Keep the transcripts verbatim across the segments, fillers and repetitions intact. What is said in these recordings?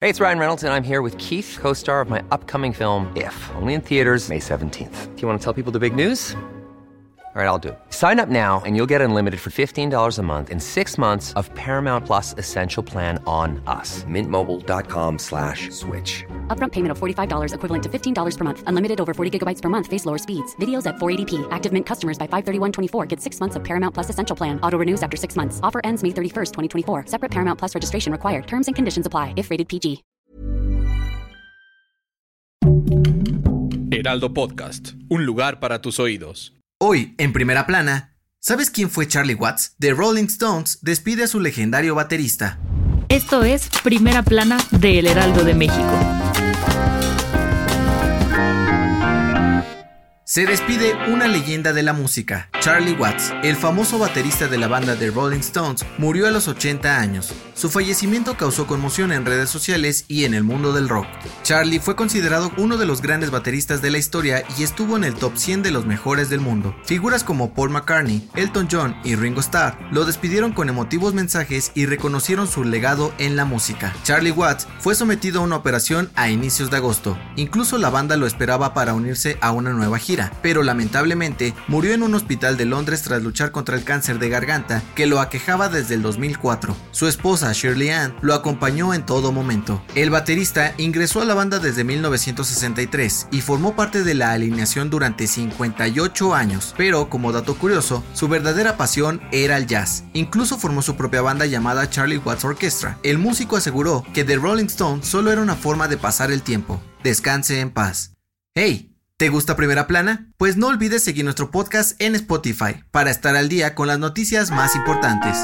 Hey, it's Ryan Reynolds, and I'm here with Keith, co-star of my upcoming film, If, only in theaters May seventeenth. Do you want to tell people the big news? All right, I'll do it. Sign up now and you'll get unlimited for fifteen dollars a month and six months of Paramount Plus Essential Plan on us. Mint Mobile dot com slash switch. Upfront payment of forty-five dollars equivalent to fifteen dollars per month. Unlimited over forty gigabytes per month. Face lower speeds. Videos at four eighty p. Active Mint customers by five thirty-one twenty-four get six months of Paramount Plus Essential Plan. Auto renews after six months. Offer ends May thirty-first, twenty twenty-four. Separate Paramount Plus registration required. Terms and conditions apply if rated P G. Heraldo Podcast. Un lugar para tus oídos. Hoy, en Primera Plana, ¿sabes quién fue Charlie Watts? The Rolling Stones despide a su legendario baterista. Esto es Primera Plana de El Heraldo de México. Se despide una leyenda de la música. Charlie Watts, el famoso baterista de la banda The Rolling Stones, murió a los ochenta años. Su fallecimiento causó conmoción en redes sociales y en el mundo del rock. Charlie fue considerado uno de los grandes bateristas de la historia y estuvo en el top cien de los mejores del mundo. Figuras como Paul McCartney, Elton John y Ringo Starr lo despidieron con emotivos mensajes y reconocieron su legado en la música. Charlie Watts fue sometido a una operación a inicios de agosto. Incluso la banda lo esperaba para unirse a una nueva gira, pero lamentablemente murió en un hospital de Londres tras luchar contra el cáncer de garganta que lo aquejaba desde el dos mil cuatro. Su esposa Shirley Ann lo acompañó en todo momento. El baterista ingresó a la banda desde mil novecientos sesenta y tres y formó parte de la alineación durante cincuenta y ocho años, pero como dato curioso, su verdadera pasión era el jazz. Incluso formó su propia banda llamada Charlie Watts Orchestra. El músico aseguró que The Rolling Stones solo era una forma de pasar el tiempo. Descanse en paz. ¡Hey! ¿Te gusta Primera Plana? Pues no olvides seguir nuestro podcast en Spotify para estar al día con las noticias más importantes.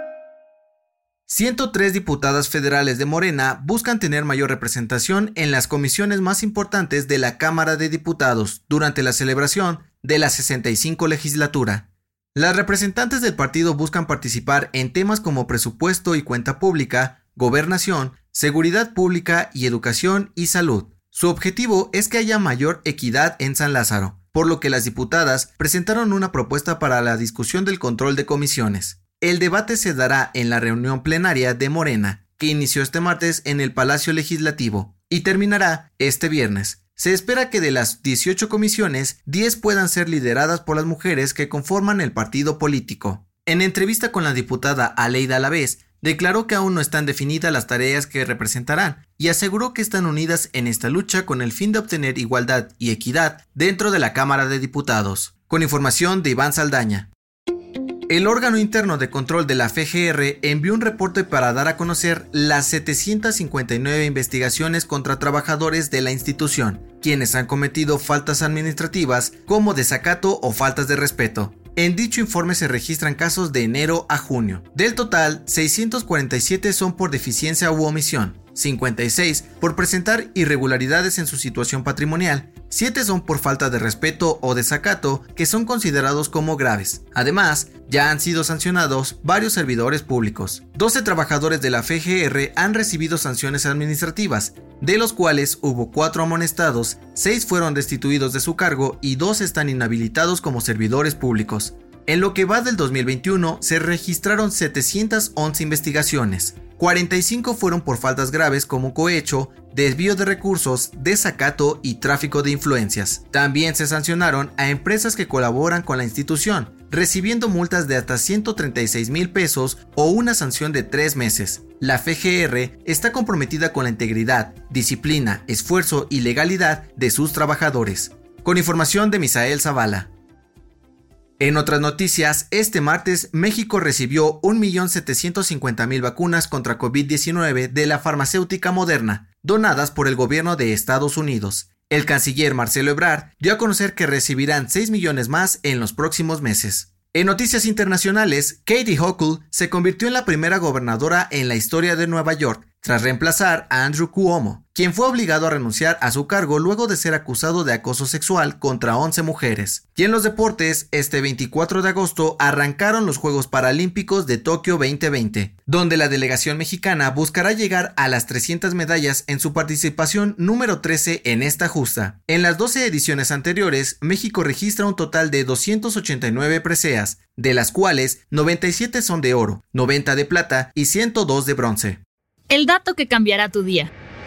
ciento tres diputadas federales de Morena buscan tener mayor representación en las comisiones más importantes de la Cámara de Diputados durante la celebración de la sesenta y cinco legislatura. Las representantes del partido buscan participar en temas como presupuesto y cuenta pública, gobernación, seguridad pública y educación y salud. Su objetivo es que haya mayor equidad en San Lázaro, por lo que las diputadas presentaron una propuesta para la discusión del control de comisiones. El debate se dará en la reunión plenaria de Morena, que inició este martes en el Palacio Legislativo, y terminará este viernes. Se espera que de las dieciocho comisiones, diez puedan ser lideradas por las mujeres que conforman el partido político. En entrevista con la diputada Aleida Alavés, declaró que aún no están definidas las tareas que representarán y aseguró que están unidas en esta lucha con el fin de obtener igualdad y equidad dentro de la Cámara de Diputados. Con información de Iván Saldaña. El órgano interno de control de la F G R envió un reporte para dar a conocer las setecientas cincuenta y nueve investigaciones contra trabajadores de la institución, quienes han cometido faltas administrativas como desacato o faltas de respeto. En dicho informe se registran casos de enero a junio. Del total, seiscientos cuarenta y siete son por deficiencia u omisión, cincuenta y seis por presentar irregularidades en su situación patrimonial, siete son por falta de respeto o desacato, que son considerados como graves. Además, ya han sido sancionados varios servidores públicos. doce trabajadores de la F G R han recibido sanciones administrativas, de los cuales hubo cuatro amonestados, seis fueron destituidos de su cargo y dos están inhabilitados como servidores públicos. En lo que va del dos mil veintiuno, se registraron setecientas once investigaciones. cuarenta y cinco fueron por faltas graves como cohecho, desvío de recursos, desacato y tráfico de influencias. También se sancionaron a empresas que colaboran con la institución, recibiendo multas de hasta ciento treinta y seis mil pesos o una sanción de tres meses. La F G R está comprometida con la integridad, disciplina, esfuerzo y legalidad de sus trabajadores. Con información de Misael Zavala. En otras noticias, este martes México recibió un millón setecientos cincuenta mil vacunas contra COVID diecinueve de la farmacéutica Moderna, donadas por el gobierno de Estados Unidos. El canciller Marcelo Ebrard dio a conocer que recibirán seis millones más en los próximos meses. En noticias internacionales, Katie Hochul se convirtió en la primera gobernadora en la historia de Nueva York, tras reemplazar a Andrew Cuomo, quien fue obligado a renunciar a su cargo luego de ser acusado de acoso sexual contra once mujeres. Y en los deportes, este veinticuatro de agosto arrancaron los Juegos Paralímpicos de Tokio veinte veinte, donde la delegación mexicana buscará llegar a las trescientas medallas en su participación número trece en esta justa. En las doce ediciones anteriores, México registra un total de doscientas ochenta y nueve preseas, de las cuales noventa y siete son de oro, noventa de plata y ciento dos de bronce. El dato que cambiará tu día.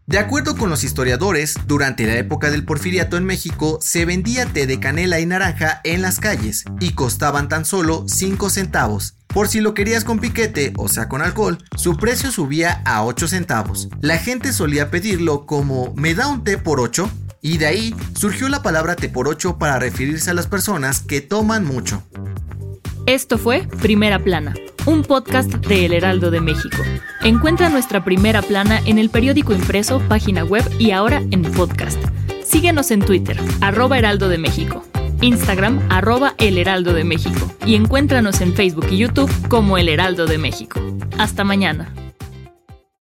De acuerdo con los historiadores, durante la época del Porfiriato en México se vendía té de canela y naranja en las calles y costaban tan solo cinco centavos. Por si lo querías con piquete, o sea con alcohol, su precio subía a ocho centavos. La gente solía pedirlo como ¿me da un té por ocho? Y de ahí surgió la palabra té por ocho para referirse a las personas que toman mucho. Esto fue Primera Plana, un podcast de El Heraldo de México. Encuentra nuestra Primera Plana en el periódico impreso, página web y ahora en podcast. Síguenos en Twitter, arroba Heraldo de México, Instagram, arroba El Heraldo de México y encuéntranos en Facebook y YouTube como El Heraldo de México. Hasta mañana.